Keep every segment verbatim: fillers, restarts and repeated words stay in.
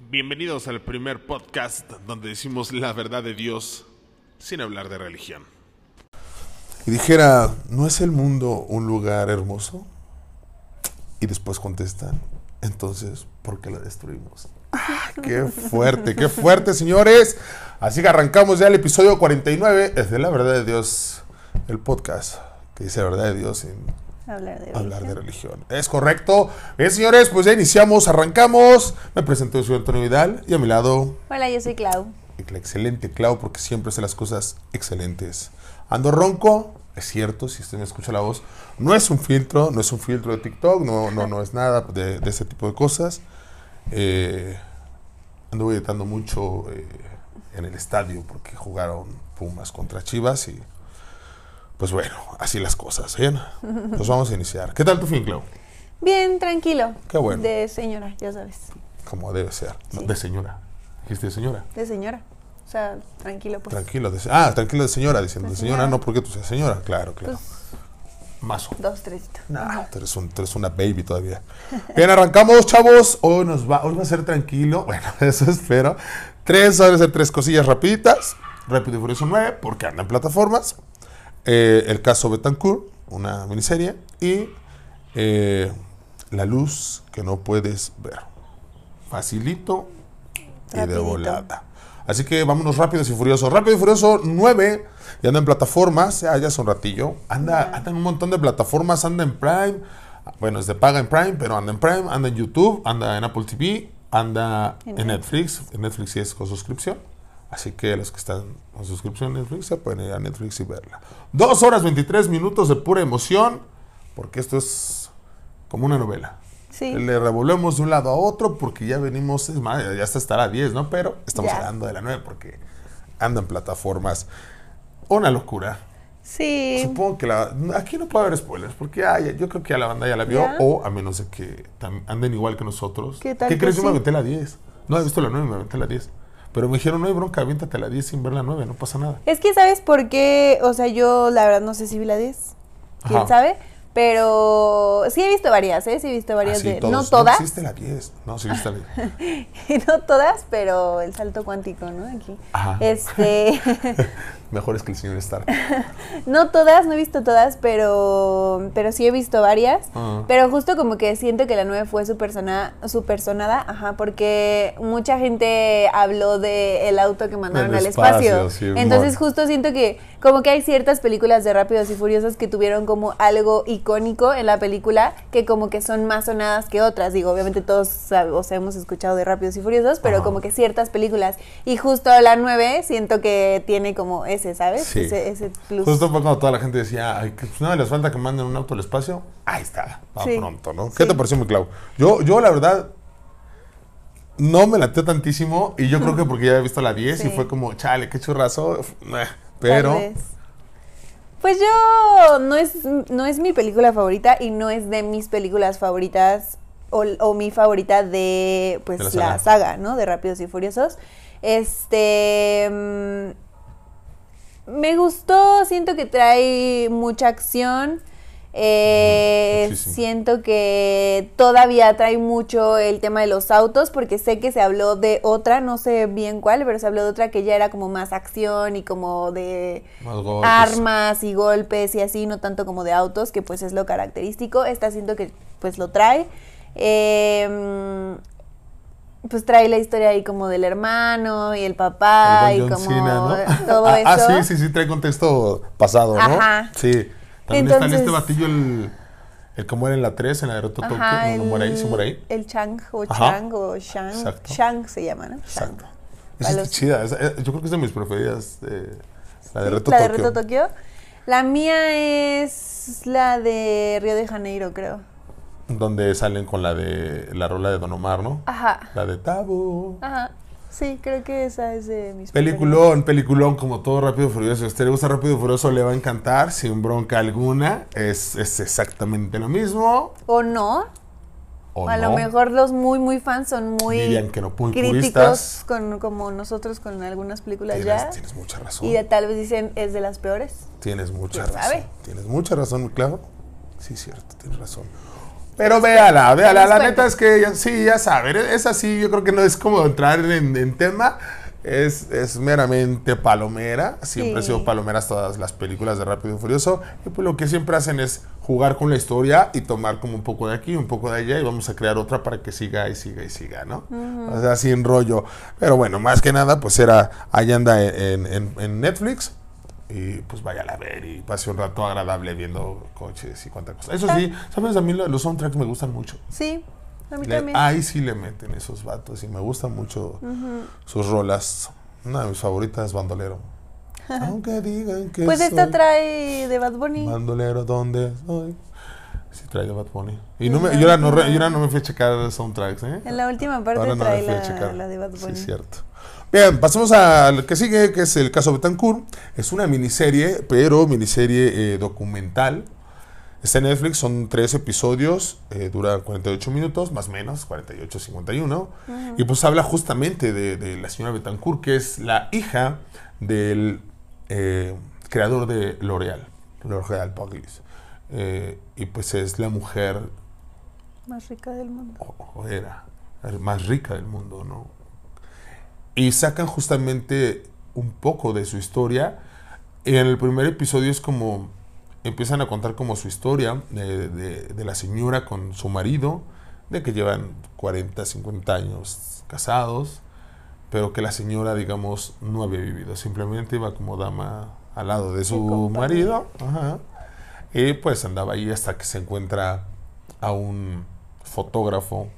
Bienvenidos al primer podcast donde decimos la verdad de Dios sin hablar de religión. Y dijera, ¿no es el mundo un lugar hermoso? Y después contestan, entonces, ¿por qué lo destruimos? ¡Ah, qué fuerte, qué fuerte, señores! Así que arrancamos ya el episodio cuarenta y nueve, es de La Verdad de Dios, el podcast que dice la verdad de Dios sin hablar de, hablar de religión. Es correcto. Bien, señores, pues ya iniciamos, arrancamos. Me presento, yo soy Antonio Vidal y a mi lado... Hola, yo soy Clau. La excelente Clau, porque siempre hace las cosas excelentes. Ando ronco, es cierto, si usted me escucha la voz, no es un filtro, no es un filtro de TikTok, no, no, no es nada de, de ese tipo de cosas. Eh, ando editando mucho eh, en el estadio porque jugaron Pumas contra Chivas y pues bueno, así las cosas, ¿bien? Pues vamos a iniciar. ¿Qué tal tu fin, Clau? Bien, tranquilo. Qué bueno. De señora, ya sabes. Como debe ser, Sí. no, de señora. ¿Dijiste de señora? De señora. O sea, tranquilo, pues. Tranquilo, de, ah, tranquilo de señora, diciendo De de señora, señora. no porque tú seas señora, claro, claro. Pues, Mazo. dos, tresito. Nah, tú eres, un, tú eres una baby todavía. Bien, arrancamos, chavos. Hoy nos va, hoy va a ser tranquilo. Bueno, eso espero. Tres horas de tres cosillas rapiditas. Rápido y Furioso nueve, porque anda en plataformas. Eh, el caso Betancourt, una miniserie. Y eh, La luz que no puedes ver. Facilito y de Rapidito. volada. Así que vámonos rápidos y furiosos. Rápido y Furioso nueve. Ya anda en plataformas. Ya, ya hace un ratillo. Anda, anda en un montón de plataformas. Anda en Prime. Bueno, es de paga en Prime, pero anda en Prime. Anda en YouTube. Anda en Apple T V. Anda en, En Netflix. En Netflix sí es con suscripción. Así que los que están con suscripción en Netflix se pueden ir a Netflix y verla. Dos horas veintitrés minutos de pura emoción. Porque esto es como una novela. Sí. Le revolvemos de un lado a otro porque ya venimos, es más, ya hasta estará a diez, ¿no? Pero estamos Ya. hablando de la nueve porque anda en plataformas. Una locura. Sí. Supongo que la, aquí no puede haber spoilers porque ah, ya- yo creo que ya la banda ya la vio ¿Ya? o a menos de que tam- anden igual que nosotros. ¿Qué tal ¿Qué que crees? Yo me sí? aventé la diez. No he visto la nueve, me aventé la diez. Pero me dijeron, no hay bronca, aviéntate la diez sin ver la nueve, no pasa nada. Es que, ¿sabes por qué? O sea, yo la verdad no sé si vi la diez. ¿Quién Ajá. sabe? Pero sí he visto varias, ¿eh? Sí he visto varias Así de... todos. No todas. No existe la diez. No, sí existe la diez. no todas, pero el salto cuántico, ¿no? Aquí. Ajá. Este... Mejor es que el señor Stark. No todas, no he visto todas, pero, pero sí he visto varias. Ah. Pero justo como que siento que la nueve fue su, persona, su personada, ajá, porque mucha gente habló de el auto que mandaron Del al espacio, espacio. sí, Entonces mon. justo siento que como que hay ciertas películas de Rápidos y Furiosos que tuvieron como algo icónico en la película que como que son más sonadas que otras. Digo, obviamente todos sab- o sea, hemos escuchado de Rápidos y Furiosos, pero Ajá. como que ciertas películas. Y justo la nueve siento que tiene como ese, ¿sabes? Sí. Ese, ese plus. Justo fue cuando toda la gente decía, ay, que pues nada les falta que manden un auto al espacio. Ahí está, va Sí. pronto, ¿no? Sí. ¿Qué te pareció, mi Clau? Yo, yo la verdad, no me lateó tantísimo y yo creo que porque ya había visto la diez y Sí. fue como, chale, qué churrazo. Eh, Tal Pero, vez. Pues yo no es, no es mi película favorita y no es de mis películas favoritas o, o mi favorita de pues De la la, saga. saga. ¿No? De Rápidos y Furiosos. Este mm, me gustó, siento que trae mucha acción. Eh, Muchísimo. siento que todavía trae mucho el tema de los autos porque sé que se habló de otra, no sé bien cuál, pero se habló de otra que ya era como más acción y como de más golpes. armas y golpes y así, no tanto como de autos, que pues es lo característico. Esta siento que pues lo trae. Eh, pues trae la historia ahí como del hermano y el papá El y buen John como Cena, ¿no? todo ah, eso. ah, sí, sí, sí, trae contexto pasado, ¿no? Ajá. Sí. También está en Entonces- este batillo el, el que muere en la tres, en la de Roto Tokio. Ajá, ¿No, no muere ahí? ¿Sí muere ahí? El Chang o Ajá. Chang o Shang. Exacto. Shang se llama, ¿no? Exacto. Shang. Esa Para está los- chida. esa- eh, yo creo que es de mis preferidas. eh, la de Sí, Reto la de Tokio. Reto Tokio. La mía es la de Río de Janeiro, creo. Donde salen con la de la rola de Don Omar, ¿no? Ajá. La de Tabú. Ajá. Sí, creo que esa es de mis Peliculón, peliculón, como todo Rápido y Furioso. Si a usted le gusta Rápido y Furioso, le va a encantar, sin bronca alguna. Es, es exactamente lo mismo. O no. O a no. lo mejor los muy, muy fans son muy Dirían que no, muy críticos puristas. con, como nosotros con algunas películas Tienes, ya. tienes mucha razón. Y de- tal vez dicen es de las peores. Tienes mucha ¿Quién razón. sabe? Tienes mucha razón, muy claro. Sí, cierto, tienes razón. Pero véala, véala. nos La cuenta. neta es que ya- sí, ya saben. Es así, yo creo que no es como entrar en, en tema. Es, es meramente palomera. Siempre Sí. han sido palomeras todas las películas de Rápido y Furioso. Y pues lo que siempre hacen es jugar con la historia y tomar como un poco de aquí, un poco de allá y vamos a crear otra para que siga y siga y siga, ¿no? O sea, sin rollo. Pero bueno, más que nada, pues era, ahí anda en, en, en Netflix. Y pues váyala a ver y pase un rato agradable viendo coches y cuánta cosa. Eso sí, ¿sabes? A mí lo- los soundtracks me gustan mucho. Sí, a mí Le- también. ahí sí le meten esos vatos y me gustan mucho sus rolas. Una de mis favoritas es Bandolero. Aunque digan que Pues esta soy trae de Bad Bunny. bandolero, ¿dónde soy? Sí trae de Bad Bunny. Y no me, yo, ahora no, re- yo ahora no me fui a checar soundtracks, ¿eh? En la última parte Ahora no trae me fui a la, checar. la de Bad Sí, Bunny. es cierto. Bien, pasamos al que sigue, que es el caso Betancourt. Es una miniserie, pero miniserie eh, documental. Está en Netflix, son tres episodios, eh, dura cuarenta y ocho minutos, más o menos, cuarenta y ocho, cincuenta y uno. Y pues habla justamente de, de la señora Betancourt, que es la hija del eh, creador de L'Oréal, L'Oréal Paris. Eh, y pues es la mujer, Más rica del mundo. o, o era, la más rica del mundo, ¿no? Y sacan justamente un poco de su historia. Y en el primer episodio es como empiezan a contar como su historia de, de, de la señora con su marido, de que llevan cuarenta, cincuenta años casados, pero que la señora, digamos, no había vivido, simplemente iba como dama al lado de su compañía. marido, ajá, y pues andaba ahí hasta que se encuentra a un fotógrafo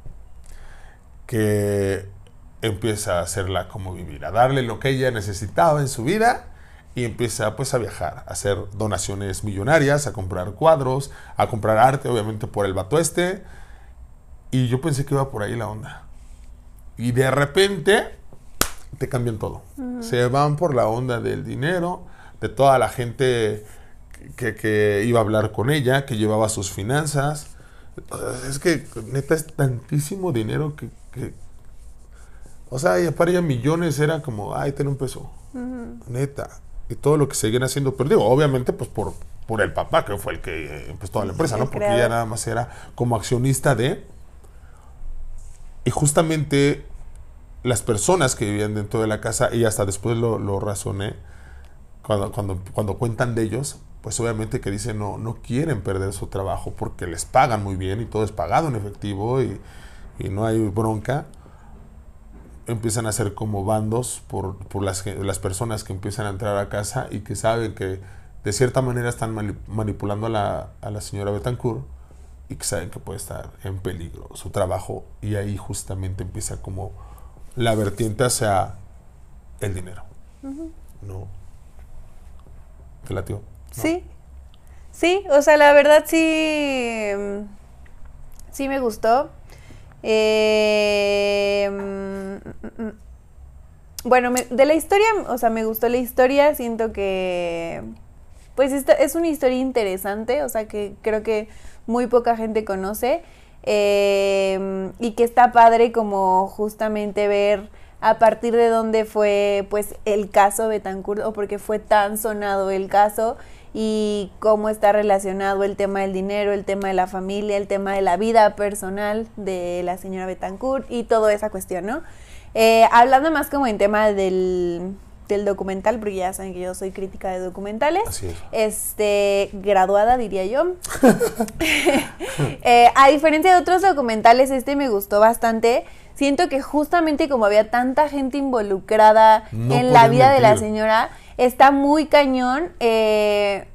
que empieza a hacerla como vivir, a darle lo que ella necesitaba en su vida y empieza pues a viajar, a hacer donaciones millonarias, a comprar cuadros, a comprar arte, obviamente por el vato este. Y yo pensé que iba por ahí la onda. Y de repente te cambian todo. Uh-huh. Se van por la onda del dinero, de toda la gente que, que iba a hablar con ella, que llevaba sus finanzas. Es que neta es tantísimo dinero que... que o sea, y para ella millones era como, ay, ten un peso. Uh-huh. Neta. Y todo lo que seguían haciendo, pero digo, obviamente, pues por, por el papá, que fue el que empezó toda la empresa, ¿no? Porque ella nada más era como accionista de... Y justamente las personas que vivían dentro de la casa, y hasta después lo, lo razoné, cuando, cuando, cuando cuentan de ellos, pues obviamente que dicen no, no quieren perder su trabajo porque les pagan muy bien y todo es pagado en efectivo y, y no hay bronca. Empiezan a hacer como bandos por, por las, las personas que empiezan a entrar a casa y que saben que de cierta manera están manipulando a la, a la señora Betancourt y que saben que puede estar en peligro su trabajo, y ahí justamente empieza como la vertiente hacia el dinero. Uh-huh. ¿No? ¿Te latió? ¿No? Sí. Sí, o sea, la verdad sí, sí me gustó. Eh, bueno, me, de la historia, o sea, me gustó la historia, siento que pues esta es una historia interesante, o sea, que creo que muy poca gente conoce, eh, y que está padre como justamente ver a partir de dónde fue pues el caso Betancourt, o porque fue tan sonado el caso, y cómo está relacionado el tema del dinero, el tema de la familia, el tema de la vida personal de la señora Betancourt y toda esa cuestión, ¿no? Eh, hablando más como en tema del, del documental, porque ya saben que yo soy crítica de documentales. Así es. Este, graduada, diría yo. eh, a diferencia de otros documentales, este me gustó bastante. Siento que justamente como había tanta gente involucrada no en la vida mentir. de la señora, está muy cañón eh,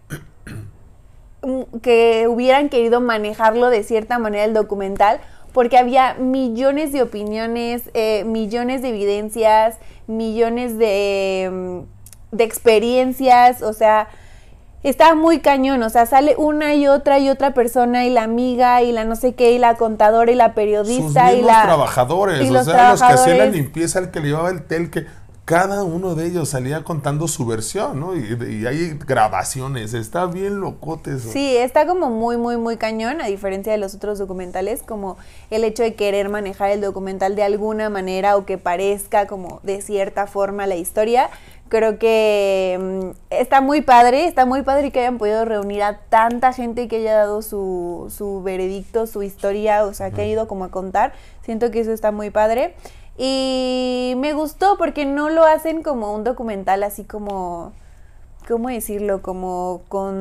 que hubieran querido manejarlo de cierta manera el documental, porque había millones de opiniones, eh, millones de evidencias, millones de, de experiencias, o sea, está muy cañón, o sea, sale una y otra y otra persona, y la amiga, y la no sé qué, y la contadora, y la periodista, sus y la... trabajadores, y o los sea, trabajadores. los que hacían la limpieza, el que le llevaba el tel, que cada uno de ellos salía contando su versión, ¿no? Y, y hay grabaciones, está bien locote eso. Sí, está como muy, muy, muy cañón, a diferencia de los otros documentales, como el hecho de querer manejar el documental de alguna manera o que parezca como de cierta forma la historia. Creo que mm, está muy padre, está muy padre que hayan podido reunir a tanta gente que haya dado su, su veredicto, su historia, o sea, que ha ido como a contar. Siento que eso está muy padre. Y me gustó porque no lo hacen como un documental así como, ¿cómo decirlo? Como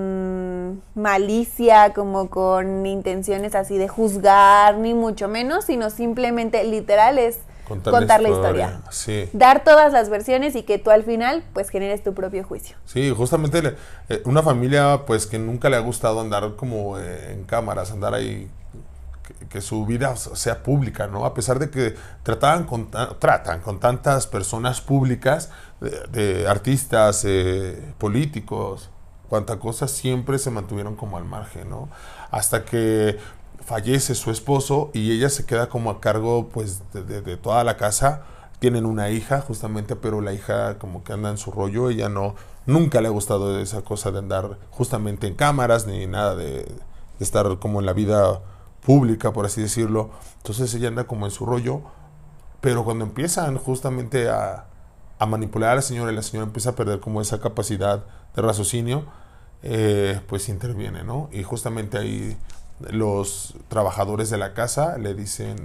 con malicia, como con intenciones así de juzgar, ni mucho menos, sino simplemente literal es contar, contar la historia, la historia. Sí. Dar todas las versiones y que tú al final pues generes tu propio juicio. Sí, justamente eh, una familia pues que nunca le ha gustado andar como eh, en cámaras, andar ahí, que, que su vida sea pública, ¿no? A pesar de que trataban con, tratan con tantas personas públicas, de, de artistas, eh, políticos, cuanta cosa, siempre se mantuvieron como al margen, ¿no? Hasta que fallece su esposo y ella se queda como a cargo pues de, de, de toda la casa. Tienen una hija justamente, pero la hija como que anda en su rollo. Ella no, nunca le ha gustado esa cosa de andar justamente en cámaras ni nada de, de estar como en la vida pública, por así decirlo. Entonces ella anda como en su rollo, pero cuando empiezan justamente a, a manipular a la señora y la señora empieza a perder como esa capacidad de raciocinio, eh, pues interviene, ¿no? Y justamente ahí los trabajadores de la casa le dicen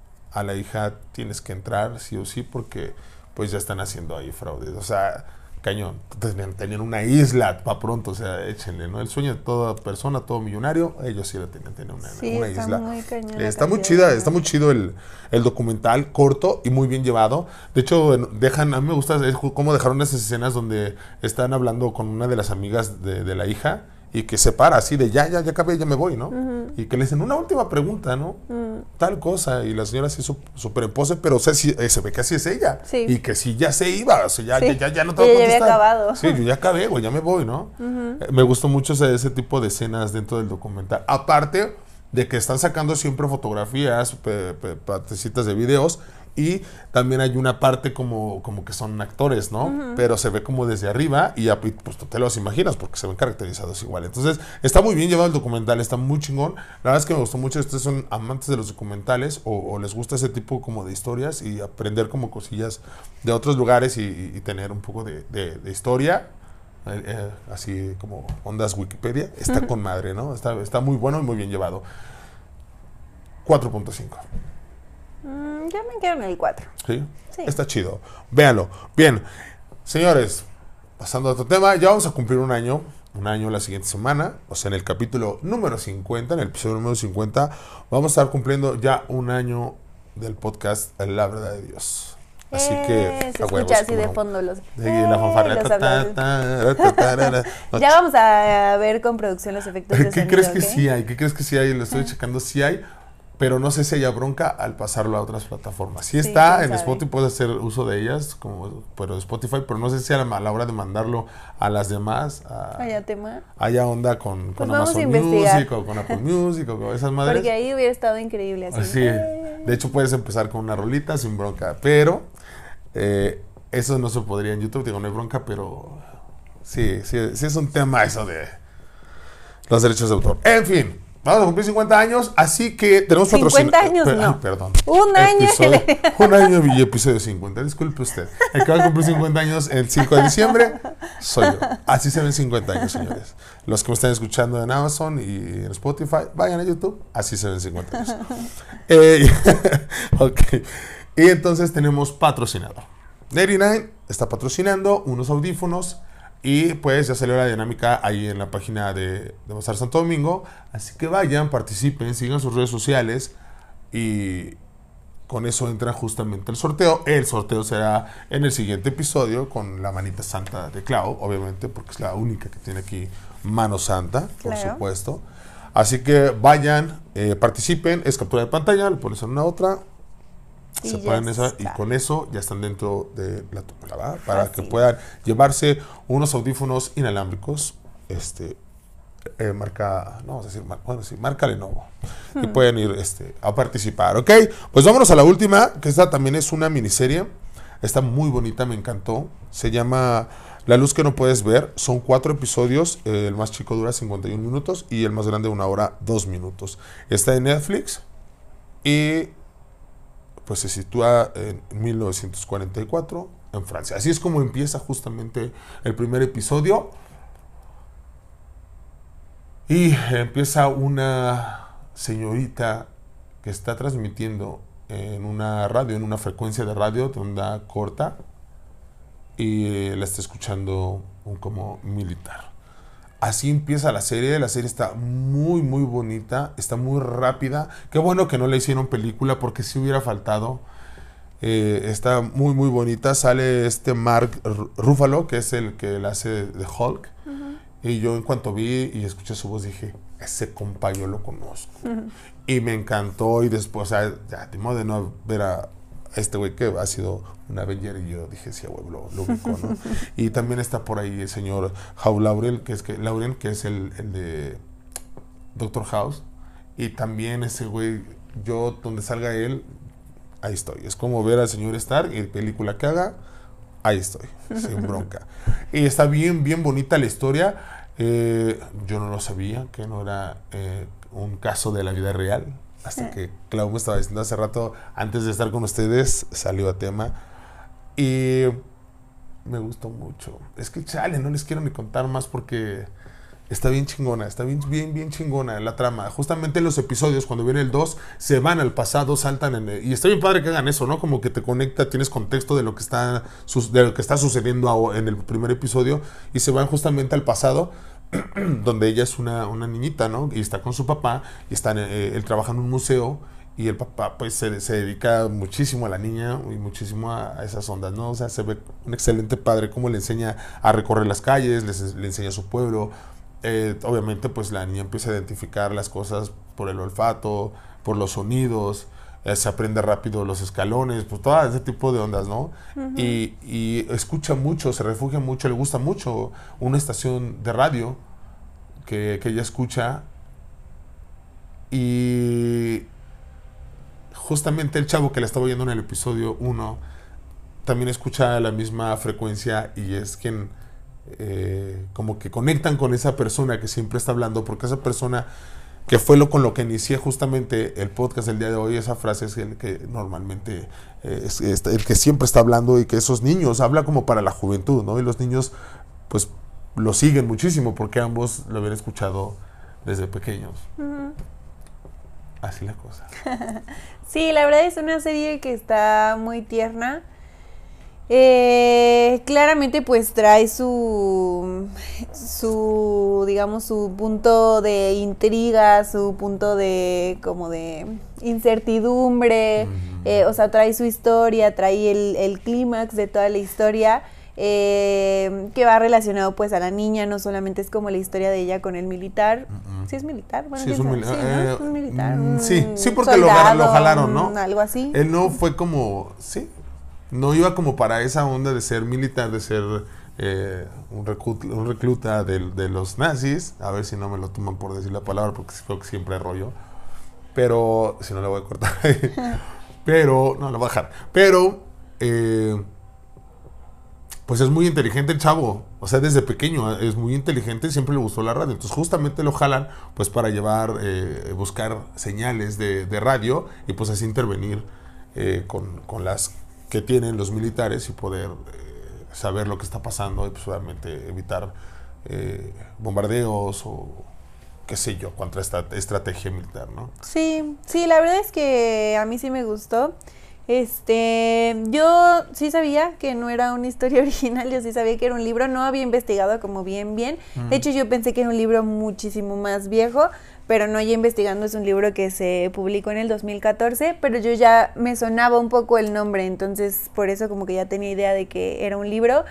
a la hija, tienes que entrar sí o sí porque pues ya están haciendo ahí fraudes. O sea, cañón, tenían, tenían una isla para pronto, o sea, échenle, ¿no? El sueño de toda persona, todo millonario, ellos sí lo tenían, tenían una, sí, una está isla. Muy cañón, eh, está muy chida, está muy chido el, el documental, corto y muy bien llevado. De hecho, dejan, a mí me gusta es cómo dejaron esas escenas donde están hablando con una de las amigas de, de la hija y que se para así de ya, ya, ya acabé, ya me voy, ¿no? Uh-huh. Y que le dicen una última pregunta, ¿no? Uh-huh. Tal cosa, y la señora así superpose, pero o sea, sí, eh, se ve que así es ella. Sí. Y que sí, ya se iba, o sea, ya, sí. ya, ya, ya no te voy a contestar. Ya había acabado. Sí, yo ya acabé, güey, ya me voy, ¿no? Uh-huh. eh, me gustó mucho ese, ese tipo de escenas dentro del documental. Aparte de que están sacando siempre fotografías, pe, pe, partecitas de videos, y también hay una parte como, como que son actores, ¿no? Uh-huh. Pero se ve como desde arriba y pues tú te los imaginas porque se ven caracterizados igual. Entonces, está muy bien llevado el documental, está muy chingón. La verdad es que me gustó mucho. Ustedes son amantes de los documentales o, o les gusta ese tipo como de historias y aprender como cosillas de otros lugares y, y, y tener un poco de, de, de historia. Eh, eh, así como ondas Wikipedia. Está uh-huh. con madre, ¿no? Está, está muy bueno y muy bien llevado. cuatro punto cinco. Mm, yo me quedo en el cuatro. ¿Sí? Sí. Está chido. Véanlo. Bien, señores, pasando a otro tema, ya vamos a cumplir un año, un año la siguiente semana, o sea, en el capítulo número cincuenta, en el episodio número cincuenta, vamos a estar cumpliendo ya un año del podcast La Verdad de Dios. Así eh, que se escucha así de fondo los, de la fanfarria. Ya vamos a ver con producción los efectos de ¿Qué sonido, crees que ¿okay? sí hay? ¿Qué crees que sí hay? Lo estoy checando, sí hay. Pero no sé si haya bronca al pasarlo a otras plataformas. Sí está, sí, en Spotify puedes hacer uso de ellas, como pero Spotify, pero no sé si a la, a la hora de mandarlo a las demás, a, haya tema, haya onda con, con pues Amazon Music o con Apple Music o con esas madres. Porque ahí hubiera estado increíble así. Sí, de hecho puedes empezar con una rolita sin bronca, pero eh, eso no se podría en YouTube, digo, no hay bronca, pero sí, sí, sí es un tema eso de los derechos de autor. En fin. Vamos a cumplir cincuenta años, así que tenemos cincuenta años, per- no. Ay, perdón. Un año. Episodio, un año y episodio cincuenta. Disculpe usted. El que va a cumplir cincuenta años el cinco de diciembre soy yo. Así se ven cincuenta años, señores. Los que me están escuchando en Amazon y en Spotify, vayan a YouTube. Así se ven cincuenta años. eh, ok. Y entonces tenemos patrocinador. ochenta y nueve está patrocinando unos audífonos. Y pues ya salió la dinámica ahí en la página de, de Bazar Santo Domingo. Así que vayan, participen, sigan sus redes sociales y con eso entra justamente el sorteo. El sorteo será en el siguiente episodio con la manita santa de Clau, obviamente, porque es la única que tiene aquí mano santa, por claro. supuesto. Así que vayan, eh, participen, es captura de pantalla, le pones en una otra. Y, se ponen esa, y con eso ya están dentro de la tómbola, para Así. que puedan llevarse unos audífonos inalámbricos, este, eh, marca, no vamos a decir, bueno, sí, marca Lenovo, hmm. y pueden ir este, a participar, ¿ok? Pues vámonos a la última, que esta también es una miniserie, está muy bonita, me encantó, se llama La Luz que no puedes ver, son cuatro episodios, eh, el más chico dura cincuenta y un minutos y el más grande una hora, dos minutos. Está en Netflix y pues se sitúa en mil novecientos cuarenta y cuatro, en Francia. Así es como empieza justamente el primer episodio. Y empieza una señorita que está transmitiendo en una radio, en una frecuencia de radio de onda corta, y la está escuchando un como militar. Así empieza la serie. La serie está muy, muy bonita, está muy rápida. Qué bueno que no le hicieron película, porque si hubiera faltado. Eh, está muy, muy bonita. Sale este Mark Ruffalo, que es el que la hace de Hulk. Uh-huh. Y yo en cuanto vi y escuché su voz dije, ese compa yo lo conozco. Uh-huh. Y me encantó. Y después, o sea, ya, de modo de no ver a este güey que ha sido un Avenger, y yo dije, sí, güey, lo, lo ubico, ¿no? Y también está por ahí el señor Hugh Lauren, que es, que, Lauren, que es el, el de Doctor House. Y también ese güey, yo donde salga él, ahí estoy. Es como ver al señor Stark y película que haga, ahí estoy, sin bronca. Y está bien, bien bonita la historia. Eh, yo no lo sabía, que no era eh, un caso de la vida real. Hasta que Clau me estaba diciendo hace rato, antes de estar con ustedes, salió a tema. Y me gustó mucho. Es que chale, no les quiero ni contar más porque está bien chingona, está bien, bien, bien chingona la trama. Justamente en los episodios, cuando viene el dos, se van al pasado, saltan en el, y está bien padre que hagan eso, ¿no? Como que te conecta, tienes contexto de lo que está, de lo que está sucediendo en el primer episodio, y se van justamente al pasado, donde ella es una, una niñita, ¿no? Y está con su papá, y está en, eh, él trabaja en un museo, y el papá pues se, se dedica muchísimo a la niña y muchísimo a, a esas ondas, ¿no? O sea, se ve un excelente padre cómo le enseña a recorrer las calles, les, le enseña su pueblo. Eh, obviamente pues la niña empieza a identificar las cosas por el olfato, por los sonidos, eh, se aprende rápido los escalones, pues todo ese tipo de ondas, ¿no? Uh-huh. y, y escucha mucho, se refugia mucho, le gusta mucho una estación de radio que, que ella escucha, y justamente el chavo que la estaba oyendo en el episodio uno también escucha la misma frecuencia, y es quien eh, como que conectan con esa persona que siempre está hablando, porque esa persona que fue lo con lo que inicié justamente el podcast del día de hoy, esa frase es el que normalmente eh, es, es el que siempre está hablando, y que esos niños habla como para la juventud, ¿no? Y los niños pues lo siguen muchísimo porque ambos lo habían escuchado desde pequeños. Uh-huh. Así la cosa. Sí, la verdad es una serie que está muy tierna. Eh, claramente pues trae su, su, digamos, su punto de intriga, su punto de como de incertidumbre, mm. eh, o sea, trae su historia, trae el, el clímax de toda la historia, eh, que va relacionado pues a la niña, no solamente es como la historia de ella con el militar. Mm-mm. ¿Sí es militar? Bueno, sí, es un, mili- sí, eh, ¿no? Es un militar. Mm, un sí, sí, porque soldado, lo, lo jalaron, ¿no? Algo así. Él no fue como, sí. No iba como para esa onda de ser militar, de ser eh, un, recluta, un recluta de, de los nazis. A ver si no me lo toman por decir la palabra, porque creo que siempre hay rollo. Pero, si no le voy a cortar. Pero, no, lo voy a dejar. Pero, eh, pues es muy inteligente el chavo. O sea, desde pequeño es muy inteligente y siempre le gustó la radio. Entonces, justamente lo jalan pues para llevar, eh, buscar señales de, de radio y pues así intervenir eh, con, con las que tienen los militares y poder eh, saber lo que está pasando y pues obviamente evitar eh, bombardeos o qué sé yo, contra esta estrategia militar, ¿no? Sí, sí, la verdad es que a mí sí me gustó. Este, yo sí sabía que no era una historia original, yo sí sabía que era un libro, no había investigado como bien, bien. Mm. De hecho, yo pensé que era un libro muchísimo más viejo, pero no, ya investigando, es un libro que se publicó en el dos mil catorce, pero yo ya me sonaba un poco el nombre, entonces por eso como que ya tenía idea de que era un libro.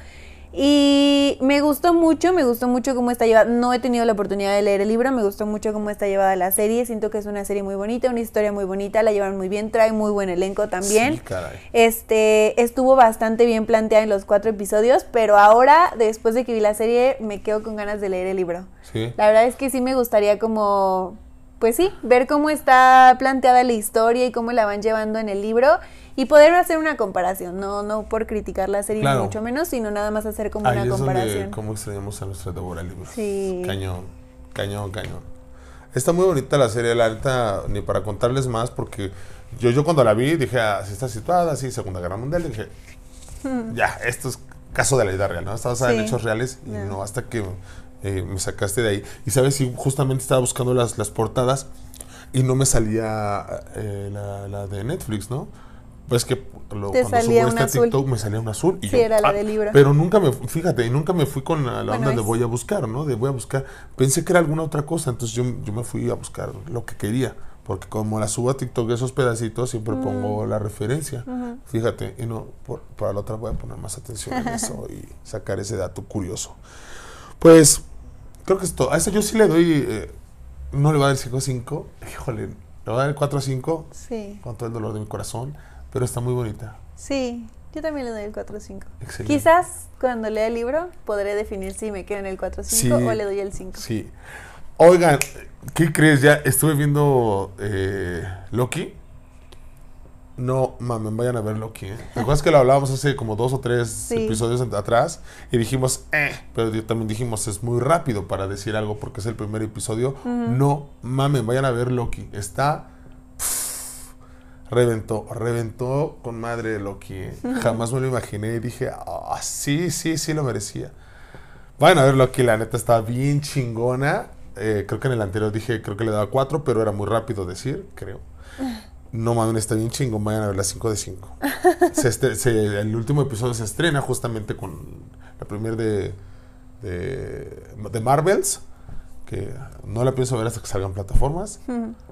Y me gustó mucho, me gustó mucho cómo está llevada. No he tenido la oportunidad de leer el libro, me gustó mucho cómo está llevada la serie. Siento que es una serie muy bonita, una historia muy bonita, la llevan muy bien, trae muy buen elenco también. Sí, caray. Este, estuvo bastante bien planteada en los cuatro episodios, pero ahora, después de que vi la serie, me quedo con ganas de leer el libro. Sí. La verdad es que sí me gustaría como, pues sí, ver cómo está planteada la historia y cómo la van llevando en el libro. Y poder hacer una comparación, no no por criticar la serie, claro, ni mucho menos, sino nada más hacer como ahí una es comparación. Donde, cómo extrañamos a nuestra Deborah Libros. Sí. Cañón, cañón, cañón. Está muy bonita la serie, la neta, ni para contarles más, porque yo, yo cuando la vi dije, ah, si está situada, así, Segunda Guerra Mundial, dije, ya, esto es caso de la vida real, ¿no? Está basada en Sí. hechos reales y No. no, hasta que eh, me sacaste de ahí. Y sabes, si justamente estaba buscando las, las portadas y no me salía eh, la, la de Netflix, ¿no? Pues que lo, Te cuando salía subo un este azul. TikTok me salía un azul. Y Sí, yo, era la ah, del libro. Pero nunca me, fíjate, y nunca me fui con la, la Bueno, onda de es- voy a buscar, ¿no? De voy a buscar. Pensé que era alguna otra cosa, entonces yo, yo me fui a buscar lo que quería. Porque como la subo a TikTok esos pedacitos, siempre Mm. pongo la referencia. Fíjate, y no, por- para la otra voy a poner más atención en eso y sacar ese dato curioso. Pues, creo que esto, a eso yo sí le doy, eh, no le voy a dar el cinco a cinco, híjole, le voy a dar el cuatro a cinco, Sí, con todo el dolor de mi corazón, pero está muy bonita. sí. Yo también le doy el cuatro cinco. Excelente. Quizás cuando lea el libro podré definir si me quedo en el cuatro cinco Sí. o le doy el cinco. Sí. Oigan, ¿qué crees? Ya estuve viendo eh, Loki. No, mames, vayan a ver Loki. ¿eh? ¿Te acuerdas que lo hablábamos hace como dos o tres Sí. episodios en- atrás? Y dijimos, eh, pero di- también dijimos, es muy rápido para decir algo porque es el primer episodio. No, mames, vayan a ver Loki. Está... pff, reventó, reventó con madre Loki. ¿eh? Jamás me lo imaginé y dije, ah, sí, sí, sí lo merecía. Vayan a ver Loki, la neta está bien chingona. Eh, creo que en el anterior dije, creo que le daba cuatro, pero era muy rápido decir, creo. No mames, está bien chingón, vayan a ver la cinco de cinco. Se este- se- el último episodio se estrena justamente con la premier de, de, de Marvels, que no la pienso ver hasta que salgan plataformas.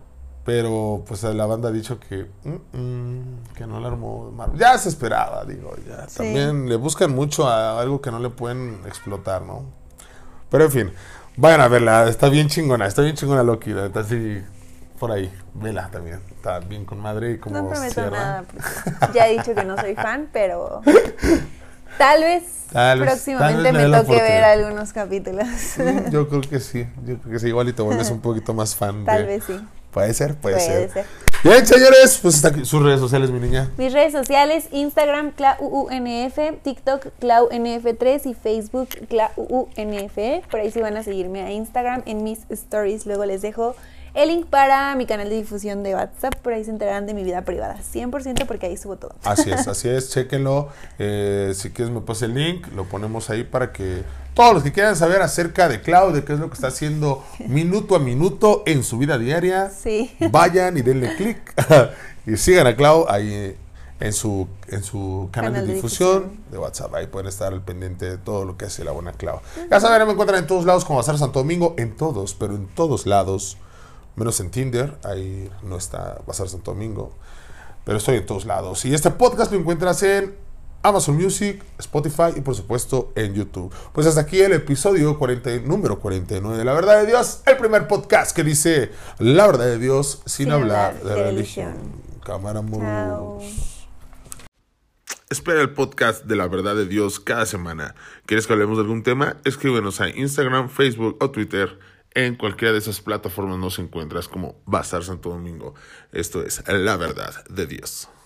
Pero pues la banda ha dicho que, mm, mm, que no la armó Marvel. Ya se esperaba, digo, ya. Sí. También le buscan mucho a algo que no le pueden explotar, ¿no? Pero en fin, vayan a verla, está bien chingona, está bien chingona Loki, la neta, sí, por ahí, vela también, está bien con madre y como No prometo cierra. nada, porque ya he dicho que no soy fan, pero tal vez Tal vez- próximamente tal vez me me dé la toque ver oportunidad. algunos capítulos. Mm, Yo creo que sí, yo creo que sí, igual y te vuelves un poquito más fan. Tal de- vez sí. Puede ser, puede, Puede ser. ser. Bien, señores, pues está aquí sus redes sociales, mi niña. Mis redes sociales, Instagram, clauunf, TikTok, claunf tres y Facebook, claunf. Por ahí sí van a seguirme a Instagram en mis stories. Luego les dejo el link para mi canal de difusión de WhatsApp. Por ahí se enterarán de mi vida privada, cien por ciento, porque ahí subo todo. Así es, así es, chéquenlo. Eh, si quieres me pasa el link, lo ponemos ahí para que todos los que quieran saber acerca de Clau, de qué es lo que está haciendo minuto a minuto en su vida diaria, Sí. vayan y denle clic y sigan a Clau ahí en su, en su canal, Canal de, de difusión, difusión. de WhatsApp. Ahí pueden estar al pendiente de todo lo que hace la buena Clau. Ya saben, me encuentran en todos lados como Bazar Santo Domingo, en todos, pero en todos lados, menos en Tinder, ahí no está Bazar Santo Domingo. Pero estoy en todos lados. Y este podcast lo encuentras en Amazon Music, Spotify y por supuesto en YouTube. Pues hasta aquí el episodio cuarenta, número cuarenta y nueve de La Verdad de Dios. El primer podcast que dice La Verdad de Dios sin, Sin hablar, hablar de, de religión. religión. Cámara Chao. moros. Espera el podcast de La Verdad de Dios cada semana. ¿Quieres que hablemos de algún tema? Escríbenos a Instagram, Facebook o Twitter. En cualquiera de esas plataformas nos encuentras como Bazar Santo Domingo. Esto es La Verdad de Dios.